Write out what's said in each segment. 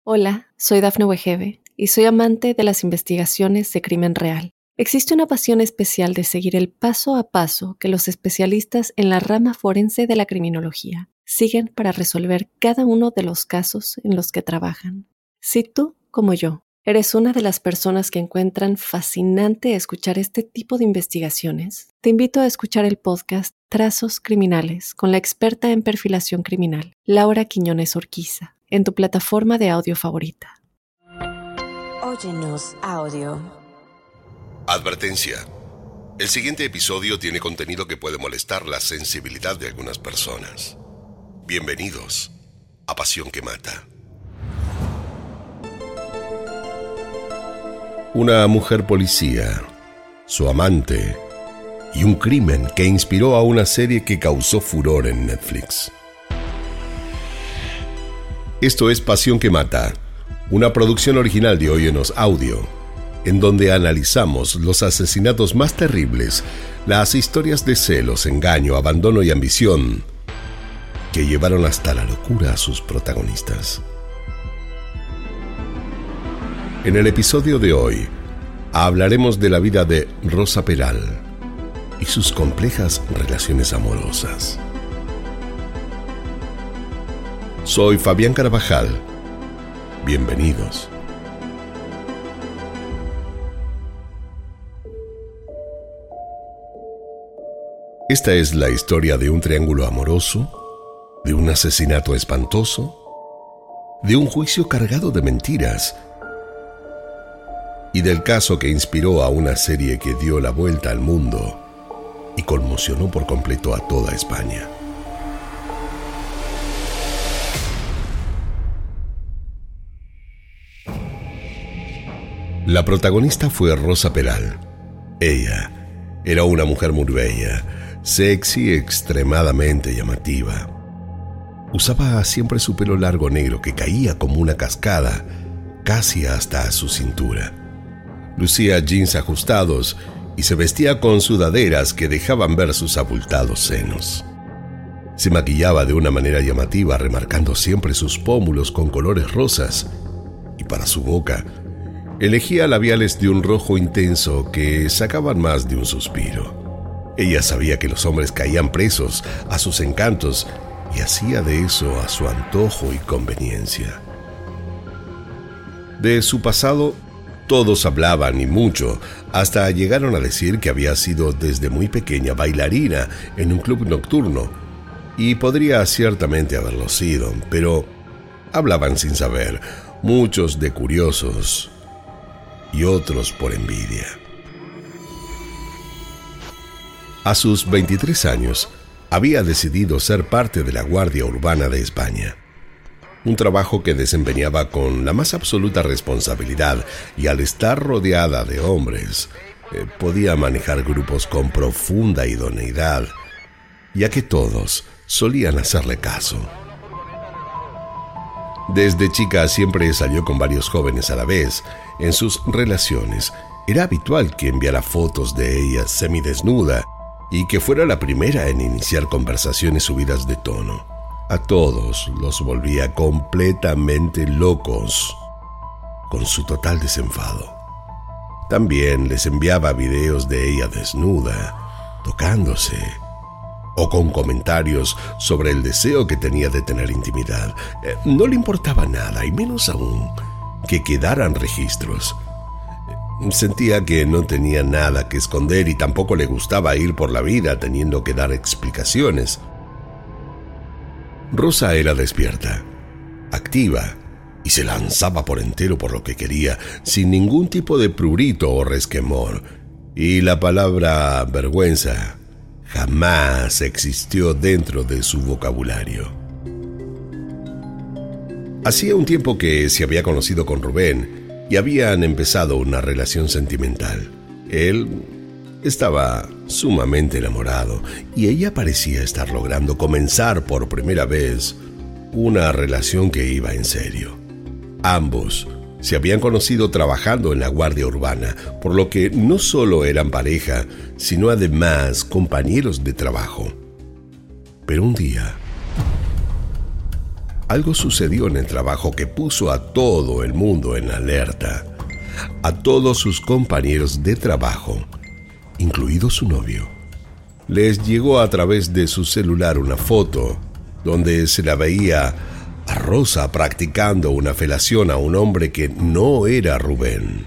Hola, soy Dafne Wegebe y soy amante de las investigaciones de crimen real. Existe una pasión especial de seguir el paso a paso que los especialistas en la rama forense de la criminología siguen para resolver cada uno de los casos en los que trabajan. Si tú, como yo, eres una de las personas que encuentran fascinante escuchar este tipo de investigaciones, te invito a escuchar el podcast Trazos Criminales con la experta en perfilación criminal, Laura Quiñones Orquiza, en tu plataforma de audio favorita. Óyenos audio. Advertencia. El siguiente episodio tiene contenido que puede molestar la sensibilidad de algunas personas. Bienvenidos a Pasión que Mata. Una mujer policía, su amante y un crimen que inspiró a una serie que causó furor en Netflix. Esto es Pasión que Mata, una producción original de Óyenos Audio, en donde analizamos los asesinatos más terribles, las historias de celos, engaño, abandono y ambición que llevaron hasta la locura a sus protagonistas. En el episodio de hoy, hablaremos de la vida de Rosa Peral y sus complejas relaciones amorosas. Soy Fabián Carabajal. Bienvenidos. Esta es la historia de un triángulo amoroso, de un asesinato espantoso, de un juicio cargado de mentiras y del caso que inspiró a una serie que dio la vuelta al mundo y conmocionó por completo a toda España. La protagonista fue Rosa Peral. Ella era una mujer muy bella, sexy y extremadamente llamativa. Usaba siempre su pelo largo negro que caía como una cascada, casi hasta su cintura. Lucía jeans ajustados y se vestía con sudaderas que dejaban ver sus abultados senos. Se maquillaba de una manera llamativa, remarcando siempre sus pómulos con colores rosas, y para su boca elegía labiales de un rojo intenso que sacaban más de un suspiro. Ella sabía que los hombres caían presos a sus encantos y hacía de eso a su antojo y conveniencia. De su pasado todos hablaban y mucho, hasta llegaron a decir que había sido desde muy pequeña bailarina en un club nocturno, y podría ciertamente haberlo sido, pero hablaban sin saber, muchos de curiosos y otros por envidia. A sus 23 años, había decidido ser parte de la Guardia Urbana de España. Un trabajo que desempeñaba con la más absoluta responsabilidad y al estar rodeada de hombres, podía manejar grupos con profunda idoneidad, ya que todos solían hacerle caso. Desde chica siempre salió con varios jóvenes a la vez. En sus relaciones era habitual que enviara fotos de ella semidesnuda y que fuera la primera en iniciar conversaciones subidas de tono. A todos los volvía completamente locos con su total desenfado. También les enviaba videos de ella desnuda, tocándose, o con comentarios sobre el deseo que tenía de tener intimidad. No le importaba nada, y menos aún que quedaran registros. Sentía que no tenía nada que esconder y tampoco le gustaba ir por la vida teniendo que dar explicaciones. Rosa era despierta, activa, y se lanzaba por entero por lo que quería, sin ningún tipo de prurito o resquemor, y la palabra vergüenza jamás existió dentro de su vocabulario. Hacía un tiempo que se había conocido con Rubén y habían empezado una relación sentimental. Él estaba sumamente enamorado y ella parecía estar logrando comenzar por primera vez una relación que iba en serio. Ambos se habían conocido trabajando en la Guardia Urbana, por lo que no solo eran pareja, sino además compañeros de trabajo. Pero un día, algo sucedió en el trabajo que puso a todo el mundo en alerta. A todos sus compañeros de trabajo, incluido su novio. Les llegó a través de su celular una foto donde se la veía a Rosa practicando una felación a un hombre que no era Rubén.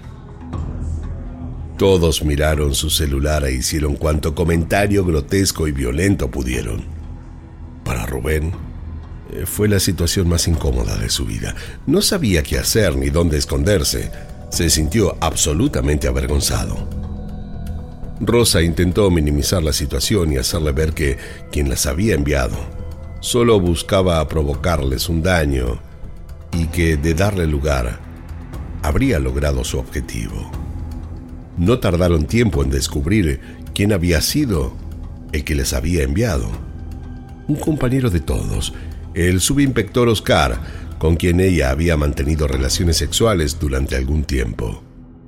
Todos miraron su celular e hicieron cuanto comentario grotesco y violento pudieron. Para Rubén, fue la situación más incómoda de su vida. No sabía qué hacer ni dónde esconderse. Se sintió absolutamente avergonzado. Rosa intentó minimizar la situación y hacerle ver que quien las había enviado solo buscaba provocarles un daño y que, de darle lugar, habría logrado su objetivo. No tardaron tiempo en descubrir quién había sido el que les había enviado. Un compañero de todos, el subinspector Oscar, con quien ella había mantenido relaciones sexuales durante algún tiempo.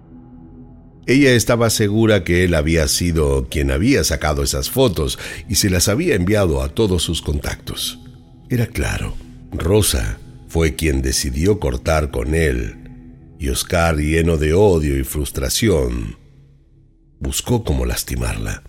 Ella estaba segura que él había sido quien había sacado esas fotos y se las había enviado a todos sus contactos. Era claro, Rosa fue quien decidió cortar con él, y Oscar, lleno de odio y frustración, buscó cómo lastimarla.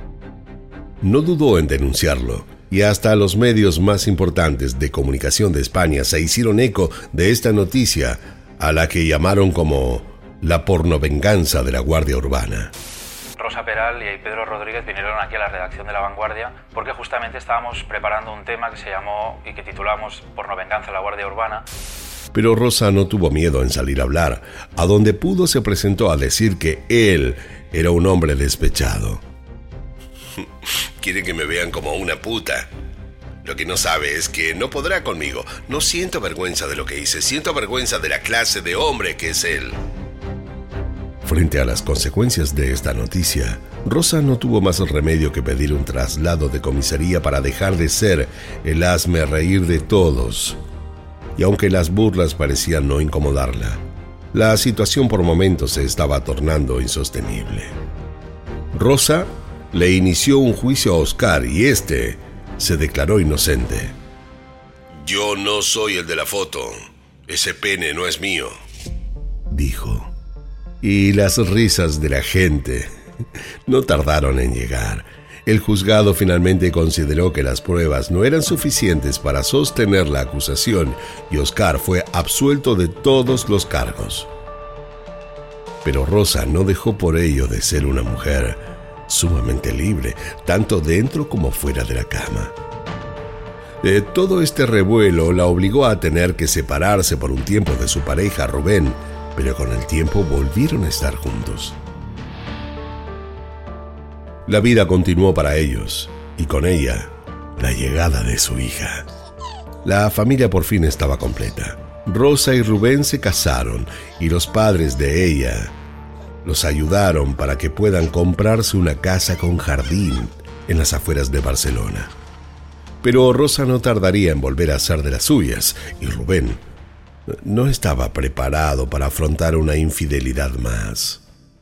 No dudó en denunciarlo, y hasta los medios más importantes de comunicación de España se hicieron eco de esta noticia, a la que llamaron como la pornovenganza de la Guardia Urbana. Rosa Peral y Pedro Rodríguez vinieron aquí a la redacción de La Vanguardia porque justamente estábamos preparando un tema que se llamó y que titulamos Pornovenganza de la Guardia Urbana. Pero Rosa no tuvo miedo en salir a hablar. A donde pudo se presentó a decir que él era un hombre despechado. Quiere que me vean como una puta. Lo que no sabe es que no podrá conmigo. No siento vergüenza de lo que hice, siento vergüenza de la clase de hombre que es él. Frente a las consecuencias de esta noticia, Rosa no tuvo más remedio que pedir un traslado de comisaría para dejar de ser el hazmerreír de todos. Y aunque las burlas parecían no incomodarla, la situación por momentos se estaba tornando insostenible. Rosa le inició un juicio a Oscar y este se declaró inocente. Yo no soy el de la foto. Ese pene no es mío, dijo. Y las risas de la gente no tardaron en llegar. El juzgado finalmente consideró que las pruebas no eran suficientes para sostener la acusación y Oscar fue absuelto de todos los cargos. Pero Rosa no dejó por ello de ser una mujer sumamente libre, tanto dentro como fuera de la cama. Todo este revuelo la obligó a tener que separarse por un tiempo de su pareja Rubén, pero con el tiempo volvieron a estar juntos. La vida continuó para ellos, y con ella, la llegada de su hija. La familia por fin estaba completa. Rosa y Rubén se casaron, y los padres de ella los ayudaron para que puedan comprarse una casa con jardín en las afueras de Barcelona. Pero Rosa no tardaría en volver a hacer de las suyas, y Rubén no estaba preparado para afrontar una infidelidad más.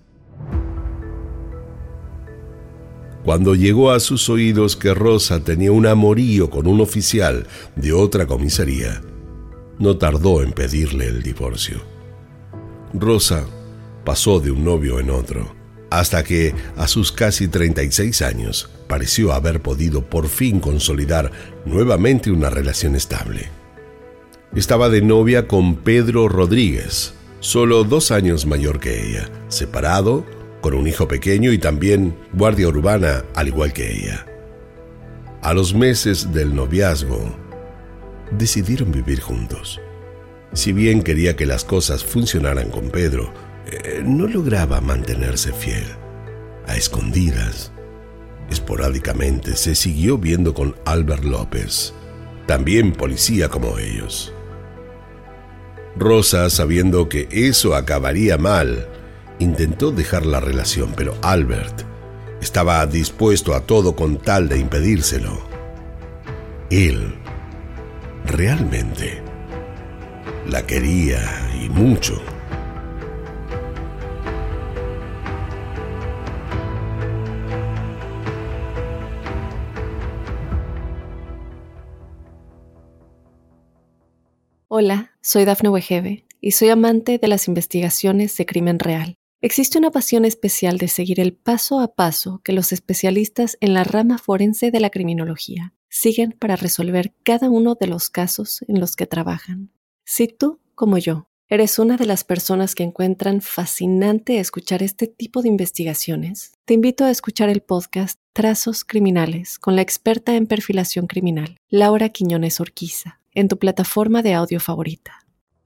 Cuando llegó a sus oídos que Rosa tenía un amorío con un oficial de otra comisaría, no tardó en pedirle el divorcio. Rosa pasó de un novio en otro, hasta que, a sus casi 36 años, pareció haber podido por fin consolidar nuevamente una relación estable. Estaba de novia con Pedro Rodríguez, solo 2 años mayor que ella, separado, con un hijo pequeño y también guardia urbana al igual que ella. A los meses del noviazgo, decidieron vivir juntos. Si bien quería que las cosas funcionaran con Pedro, no lograba mantenerse fiel. A escondidas, esporádicamente se siguió viendo con Albert López, también policía como ellos. Rosa, sabiendo que eso acabaría mal, intentó dejar la relación, pero Albert estaba dispuesto a todo con tal de impedírselo. Él realmente la quería y mucho. Hola, soy Dafne Wegebe y soy amante de las investigaciones de crimen real. Existe una pasión especial de seguir el paso a paso que los especialistas en la rama forense de la criminología siguen para resolver cada uno de los casos en los que trabajan. Si tú, como yo, eres una de las personas que encuentran fascinante escuchar este tipo de investigaciones, te invito a escuchar el podcast Trazos Criminales con la experta en perfilación criminal, Laura Quiñones Orquiza, en tu plataforma de audio favorita.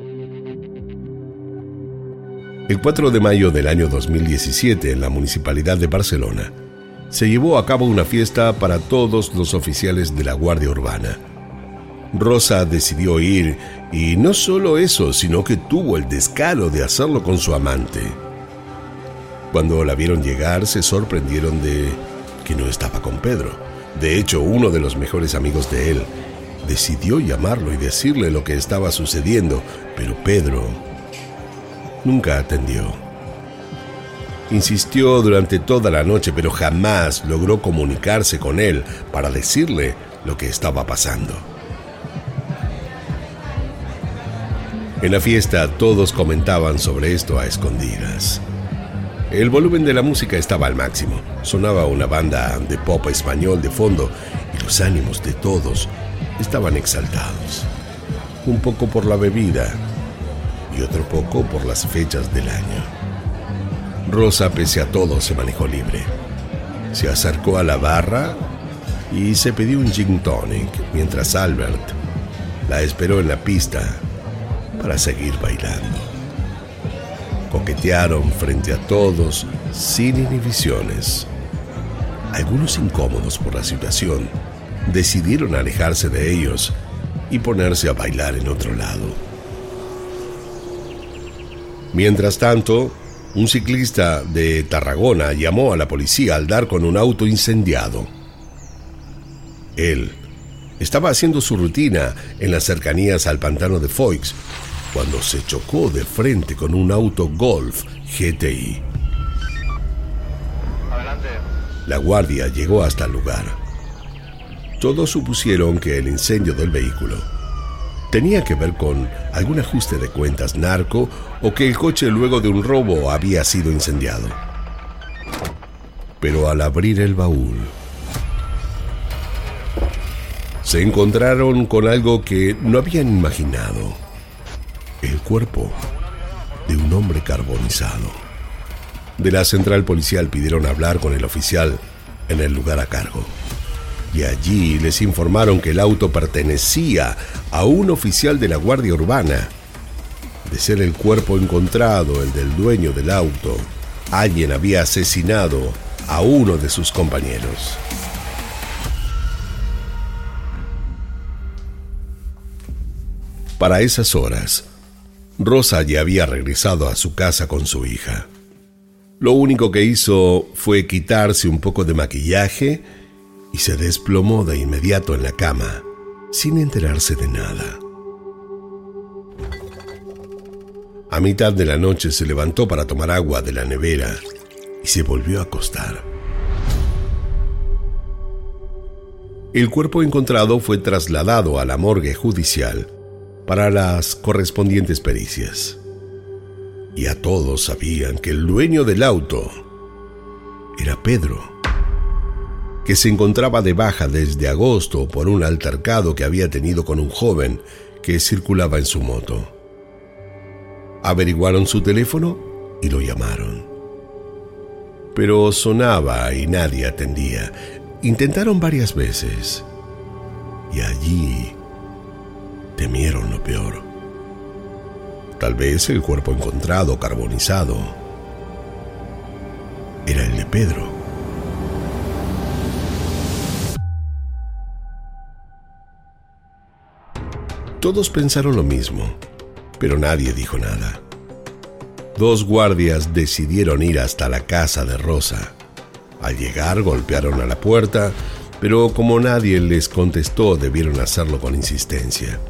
El 4 de mayo del año 2017, en la Municipalidad de Barcelona, se llevó a cabo una fiesta para todos los oficiales de la Guardia Urbana. Rosa decidió ir, y no solo eso, sino que tuvo el descaro de hacerlo con su amante. Cuando la vieron llegar, se sorprendieron de que no estaba con Pedro. De hecho, uno de los mejores amigos de él decidió llamarlo y decirle lo que estaba sucediendo, pero Pedro nunca atendió. Insistió durante toda la noche, pero jamás logró comunicarse con él para decirle lo que estaba pasando. En la fiesta todos comentaban sobre esto a escondidas. El volumen de la música estaba al máximo. Sonaba una banda de pop español de fondo y los ánimos de todos estaban exaltados. Un poco por la bebida y otro poco por las fechas del año. Rosa, pese a todo, se manejó libre. Se acercó a la barra y se pidió un gin tonic, mientras Albert la esperó en la pista para seguir bailando. Coquetearon frente a todos, sin inhibiciones. Algunos, incómodos por la situación, decidieron alejarse de ellos y ponerse a bailar en otro lado. Mientras tanto, un ciclista de Tarragona llamó a la policía al dar con un auto incendiado. Él estaba haciendo su rutina en las cercanías al pantano de Foix cuando se chocó de frente con un auto Golf GTI. Adelante. La guardia llegó hasta el lugar. Todos supusieron que el incendio del vehículo tenía que ver con algún ajuste de cuentas narco o que el coche luego de un robo había sido incendiado. Pero al abrir el baúl, se encontraron con algo que no habían imaginado: el cuerpo de un hombre carbonizado. De la central policial pidieron hablar con el oficial en el lugar a cargo. Y allí les informaron que el auto pertenecía a un oficial de la Guardia Urbana. De ser el cuerpo encontrado el del dueño del auto, alguien había asesinado a uno de sus compañeros. Para esas horas, Rosa ya había regresado a su casa con su hija. Lo único que hizo fue quitarse un poco de maquillaje y se desplomó de inmediato en la cama, sin enterarse de nada. A mitad de la noche se levantó para tomar agua de la nevera y se volvió a acostar. El cuerpo encontrado fue trasladado a la morgue judicial para las correspondientes pericias. Y a todos sabían que el dueño del auto era Pedro, que se encontraba de baja desde agosto por un altercado que había tenido con un joven que circulaba en su moto. Averiguaron su teléfono y lo llamaron. Pero sonaba y nadie atendía. Intentaron varias veces y allí temieron lo peor. Tal vez el cuerpo encontrado carbonizado era el de Pedro. Todos pensaron lo mismo, pero nadie dijo nada. 2 guardias decidieron ir hasta la casa de Rosa. Al llegar golpearon a la puerta, pero como nadie les contestó, debieron hacerlo con insistencia.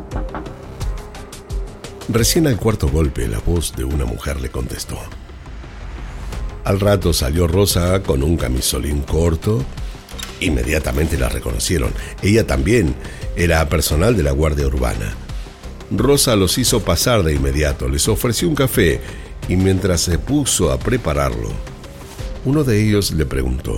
Recién al cuarto golpe, la voz de una mujer le contestó. Al rato salió Rosa con un camisolín corto. Inmediatamente la reconocieron. Ella también era personal de la Guardia Urbana. Rosa los hizo pasar de inmediato, les ofreció un café y mientras se puso a prepararlo, uno de ellos le preguntó: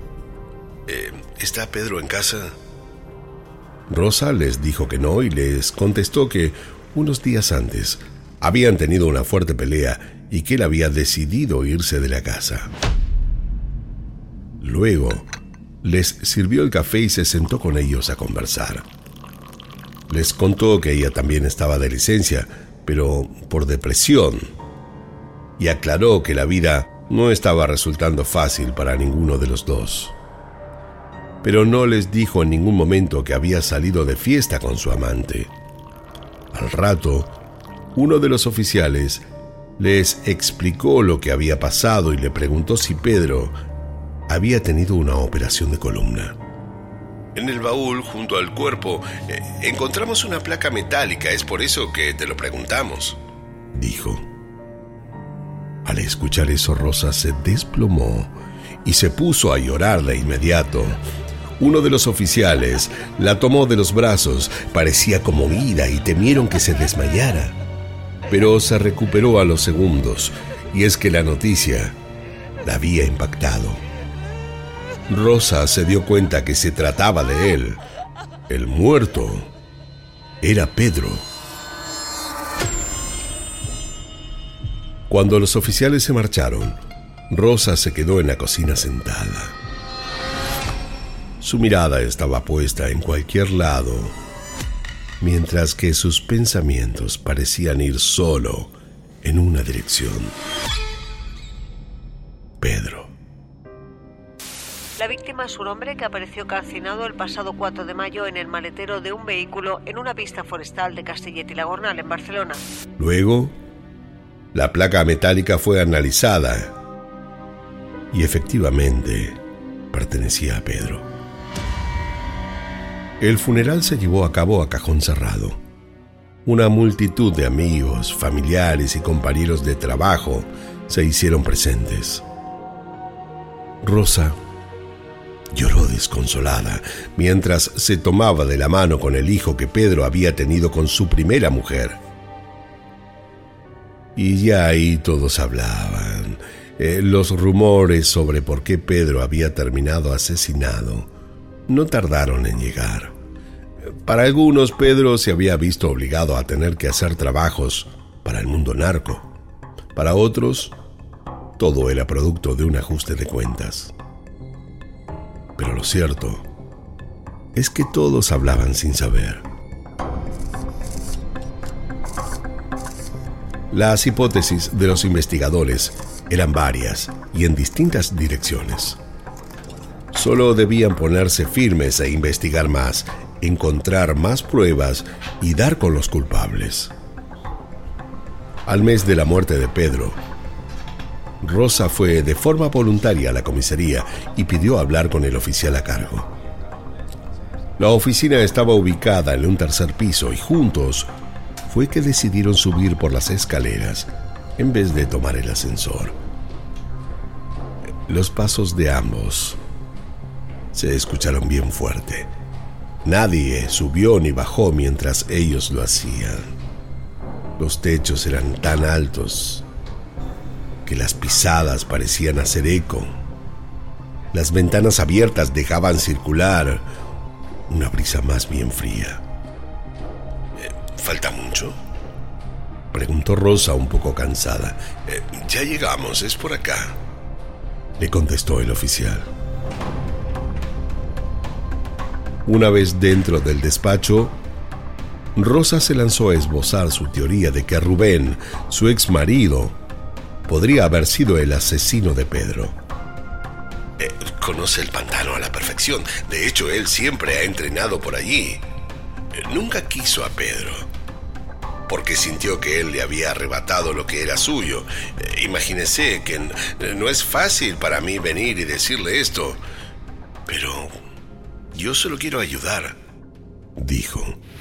¿Está Pedro en casa? Rosa les dijo que no y les contestó que unos días antes habían tenido una fuerte pelea y que él había decidido irse de la casa. Luego les sirvió el café y se sentó con ellos a conversar. Les contó que ella también estaba de licencia, pero por depresión, y aclaró que la vida no estaba resultando fácil para ninguno de los dos. Pero no les dijo en ningún momento que había salido de fiesta con su amante. Al rato, uno de los oficiales les explicó lo que había pasado y le preguntó si Pedro había tenido una operación de columna. En el baúl, junto al cuerpo, encontramos una placa metálica, es por eso que te lo preguntamos, dijo. Al escuchar eso, Rosa se desplomó y se puso a llorar de inmediato. Uno de los oficiales la tomó de los brazos, parecía conmovida y temieron que se desmayara. Pero se recuperó a los segundos, y es que la noticia la había impactado. Rosa se dio cuenta que se trataba de él. El muerto era Pedro. Cuando los oficiales se marcharon, Rosa se quedó en la cocina sentada. Su mirada estaba puesta en cualquier lado, mientras que sus pensamientos parecían ir solo en una dirección: Pedro. La víctima es un hombre que apareció calcinado el pasado 4 de mayo en el maletero de un vehículo en una pista forestal de Castellet y la Gornal, en Barcelona. Luego, la placa metálica fue analizada y efectivamente pertenecía a Pedro. El funeral se llevó a cabo a cajón cerrado. Una multitud de amigos, familiares y compañeros de trabajo se hicieron presentes. Rosa lloró desconsolada mientras se tomaba de la mano con el hijo que Pedro había tenido con su primera mujer. Y ya ahí todos hablaban. Los rumores sobre por qué Pedro había terminado asesinado no tardaron en llegar. Para algunos, Pedro se había visto obligado a tener que hacer trabajos para el mundo narco. Para otros, todo era producto de un ajuste de cuentas. Pero lo cierto es que todos hablaban sin saber. Las hipótesis de los investigadores eran varias y en distintas direcciones. Solo debían ponerse firmes e investigar más, encontrar más pruebas y dar con los culpables. Al mes de la muerte de Pedro, Rosa fue de forma voluntaria a la comisaría y pidió hablar con el oficial a cargo. La oficina estaba ubicada en un tercer piso y juntos fue que decidieron subir por las escaleras en vez de tomar el ascensor. Los pasos de ambos se escucharon bien fuerte. Nadie subió ni bajó mientras ellos lo hacían. Los techos eran tan altos que las pisadas parecían hacer eco. Las ventanas abiertas dejaban circular una brisa más bien fría. ¿Falta mucho?, preguntó Rosa un poco cansada. Ya llegamos, es por acá, le contestó el oficial. Una vez dentro del despacho, Rosa se lanzó a esbozar su teoría de que Rubén, su ex marido, podría haber sido el asesino de Pedro. Conoce el pantano a la perfección. De hecho, él siempre ha entrenado por allí. Nunca quiso a Pedro, porque sintió que él le había arrebatado lo que era suyo. Imagínese que no es fácil para mí venir y decirle esto, pero yo solo quiero ayudar, dijo.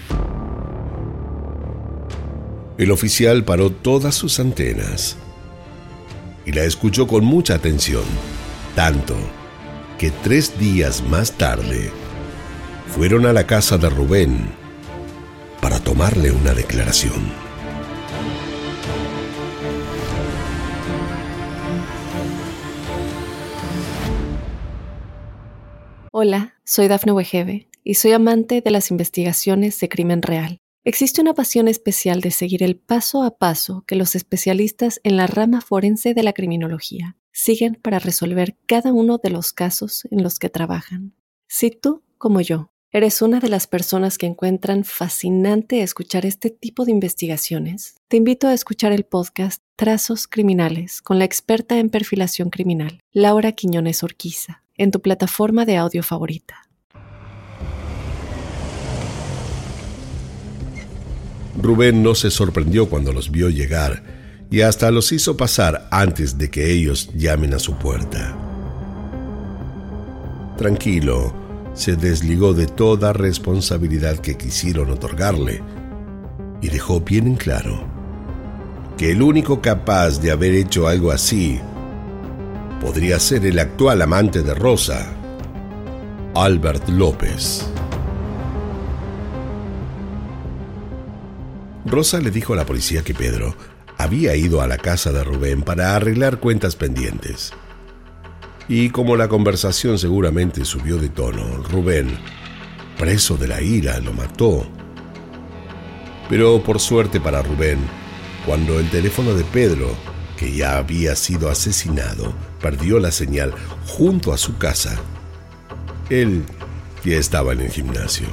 El oficial paró todas sus antenas y la escuchó con mucha atención, tanto que 3 días más tarde fueron a la casa de Rubén para tomarle una declaración. Hola, soy Dafne Wegebe y soy amante de las investigaciones de crimen real. Existe una pasión especial de seguir el paso a paso que los especialistas en la rama forense de la criminología siguen para resolver cada uno de los casos en los que trabajan. Si tú, como yo, eres una de las personas que encuentran fascinante escuchar este tipo de investigaciones, te invito a escuchar el podcast Trazos Criminales con la experta en perfilación criminal, Laura Quiñones Orquiza, en tu plataforma de audio favorita. Rubén no se sorprendió cuando los vio llegar y hasta los hizo pasar antes de que ellos llamen a su puerta. Tranquilo, se desligó de toda responsabilidad que quisieron otorgarle y dejó bien en claro que el único capaz de haber hecho algo así podría ser el actual amante de Rosa, Albert López. Rosa le dijo a la policía que Pedro había ido a la casa de Rubén para arreglar cuentas pendientes. Y como la conversación seguramente subió de tono, Rubén, preso de la ira, lo mató. Pero por suerte para Rubén, cuando el teléfono de Pedro, que ya había sido asesinado, perdió la señal junto a su casa, él ya estaba en el gimnasio.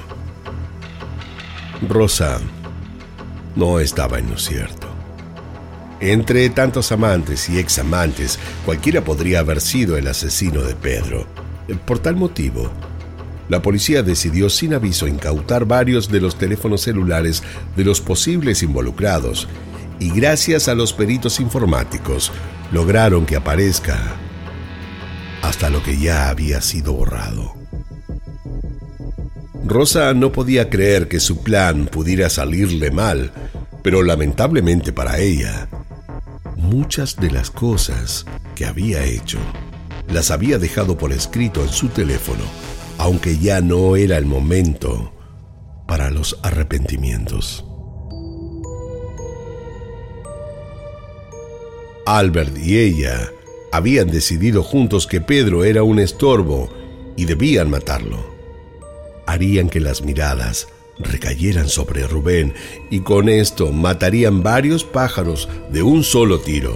Rosa no estaba en lo cierto. Entre tantos amantes y examantes, cualquiera podría haber sido el asesino de Pedro. Por tal motivo, la policía decidió sin aviso incautar varios de los teléfonos celulares de los posibles involucrados y gracias a los peritos informáticos lograron que aparezca hasta lo que ya había sido borrado. Rosa no podía creer que su plan pudiera salirle mal, pero lamentablemente para ella, muchas de las cosas que había hecho las había dejado por escrito en su teléfono, aunque ya no era el momento para los arrepentimientos. Albert y ella habían decidido juntos que Pedro era un estorbo y debían matarlo. Harían que las miradas recayeran sobre Rubén y con esto matarían varios pájaros de un solo tiro.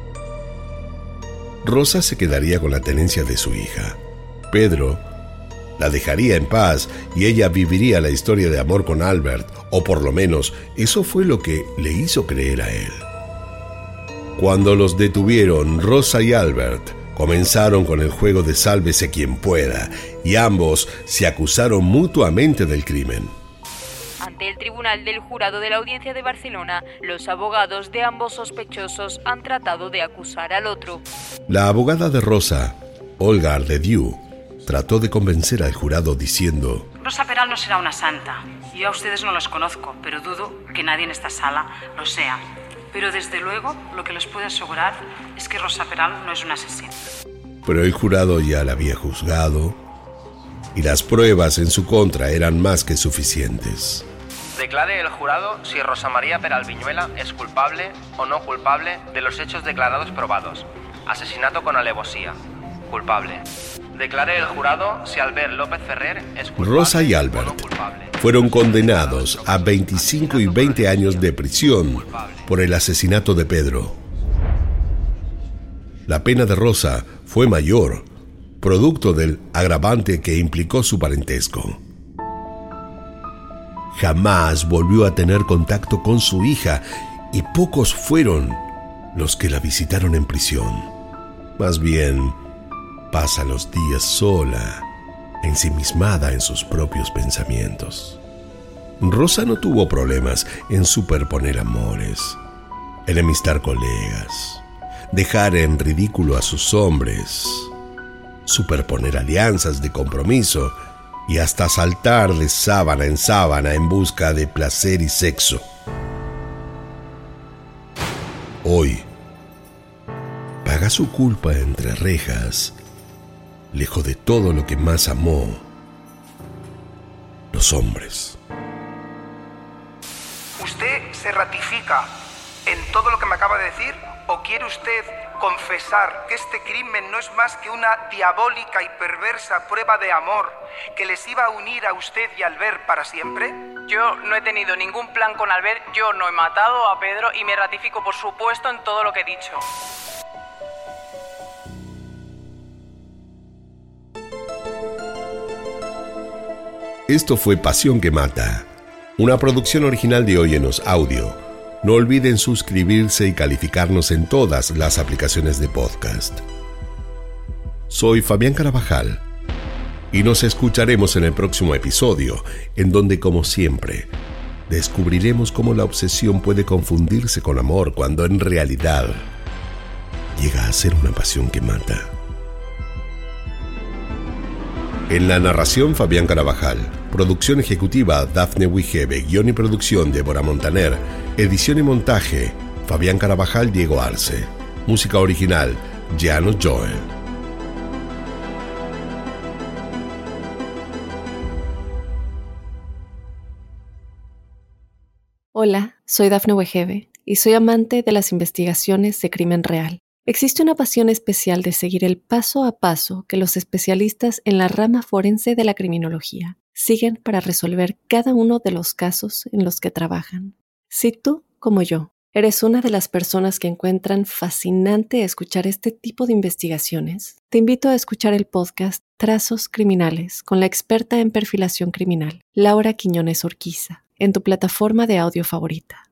Rosa se quedaría con la tenencia de su hija. Pedro la dejaría en paz y ella viviría la historia de amor con Albert, o por lo menos eso fue lo que le hizo creer a él. Cuando los detuvieron, Rosa y Albert comenzaron con el juego de sálvese quien pueda y ambos se acusaron mutuamente del crimen. Ante el Tribunal del Jurado de la Audiencia de Barcelona, los abogados de ambos sospechosos han tratado de acusar al otro. La abogada de Rosa, Olga Ardediu, trató de convencer al jurado diciendo: Rosa Peral no será una santa. Yo a ustedes no los conozco, pero dudo que nadie en esta sala lo sea. Pero desde luego, lo que les puedo asegurar es que Rosa Peral no es una asesina. Pero el jurado ya la había juzgado y las pruebas en su contra eran más que suficientes. Declare el jurado si Rosa María Peral Viñuela es culpable o no culpable de los hechos declarados probados. Asesinato con alevosía. Culpable. Declare el jurado si Albert López Ferrer es culpable. Rosa y Albert fueron condenados a 25 y 20 años de prisión por el asesinato de Pedro. La pena de Rosa fue mayor, producto del agravante que implicó su parentesco. Jamás volvió a tener contacto con su hija y pocos fueron los que la visitaron en prisión. Más bien, pasa los días sola, ensimismada en sus propios pensamientos. Rosa no tuvo problemas en superponer amores, enemistar colegas, dejar en ridículo a sus hombres, superponer alianzas de compromiso y hasta saltar de sábana en busca de placer y sexo. Hoy, paga su culpa entre rejas, lejos de todo lo que más amó, los hombres. se ratifica en todo lo que me acaba de decir? ¿O quiere usted confesar que este crimen no es más que una diabólica y perversa prueba de amor que les iba a unir a usted y a Albert para siempre? Yo no he tenido ningún plan con Albert, yo no he matado a Pedro y me ratifico, por supuesto, en todo lo que he dicho. Esto fue Pasión que Mata, una producción original de Óyenos Audio. No olviden suscribirse y calificarnos en todas las aplicaciones de podcast. Soy Fabián Carabajal y nos escucharemos en el próximo episodio, en donde, como siempre, descubriremos cómo la obsesión puede confundirse con amor cuando en realidad llega a ser una pasión que mata. En la narración, Fabián Carabajal. Producción ejecutiva, Dafne Wigebe. Guión y producción, Débora Montaner. Edición y montaje, Fabián Carabajal, Diego Arce. Música original, Janos Joel. Hola, soy Dafne Wegebe y soy amante de las investigaciones de crimen real. Existe una pasión especial de seguir el paso a paso que los especialistas en la rama forense de la criminología siguen para resolver cada uno de los casos en los que trabajan. Si tú, como yo, eres una de las personas que encuentran fascinante escuchar este tipo de investigaciones, te invito a escuchar el podcast Trazos Criminales con la experta en perfilación criminal, Laura Quiñones Orquiza, en tu plataforma de audio favorita.